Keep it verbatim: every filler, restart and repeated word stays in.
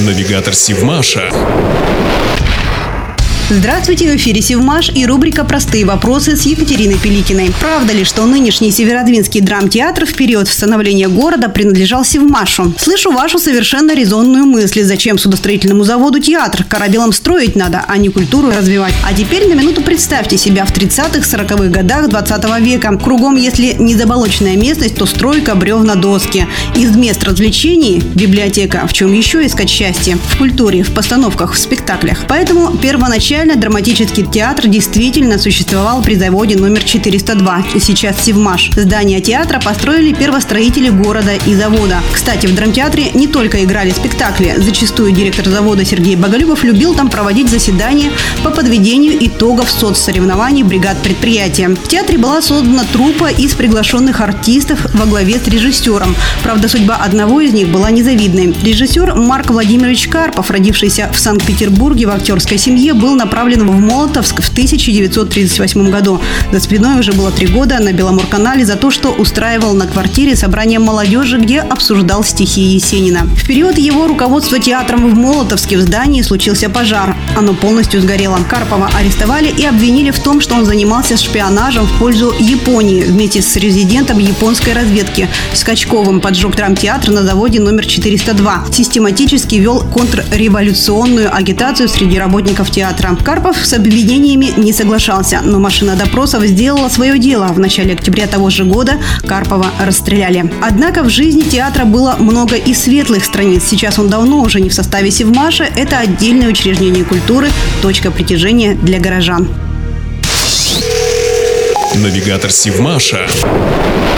Навигатор Севмаша. Здравствуйте, в эфире Севмаш и рубрика «Простые вопросы» с Екатериной Пеликиной. Правда ли, что нынешний Северодвинский драмтеатр в период становления города принадлежал Севмашу? Слышу вашу совершенно резонную мысль. Зачем судостроительному заводу театр? Корабелам строить надо, а не культуру развивать. А теперь на минуту представьте себя в тридцатых-сороковых годах двадцатого века. Кругом, если не заболоченная местность, то стройка, бревна, доски. Из мест развлечений – библиотека. В чем еще искать счастье? В культуре, в постановках, в спектаклях. Поэтому первоначально драматический театр действительно существовал при заводе номер четыреста два, сейчас Севмаш. Здание театра построили первостроители города и завода. Кстати, в драмтеатре не только играли спектакли. Зачастую директор завода Сергей Боголюбов любил там проводить заседания по подведению итогов соцсоревнований бригад предприятия. В театре была создана труппа из приглашенных артистов во главе с режиссером. Правда, судьба одного из них была незавидной. Режиссер Марк Владимирович Карпов, родившийся в Санкт-Петербурге в актерской семье, был направлен в Молотовск в тысяча девятьсот тридцать восьмом году. За спиной уже было три года на Беломорканале за то, что устраивал на квартире собрание молодежи, где обсуждал стихи Есенина. В период его руководства театром в Молотовске в здании случился пожар. Оно полностью сгорело. Карпова арестовали и обвинили в том, что он занимался шпионажем в пользу Японии вместе с резидентом японской разведки Скачковым. Поджег драмтеатр на заводе номер четыреста два. Систематически вел контрреволюционную агитацию среди работников театра. Карпов с обвинениями не соглашался, но машина допросов сделала свое дело. В начале октября того же года Карпова расстреляли. Однако в жизни театра было много и светлых страниц. Сейчас он давно уже не в составе Севмаша. Это отдельное учреждение культуры, точка притяжения для горожан. Навигатор Севмаша.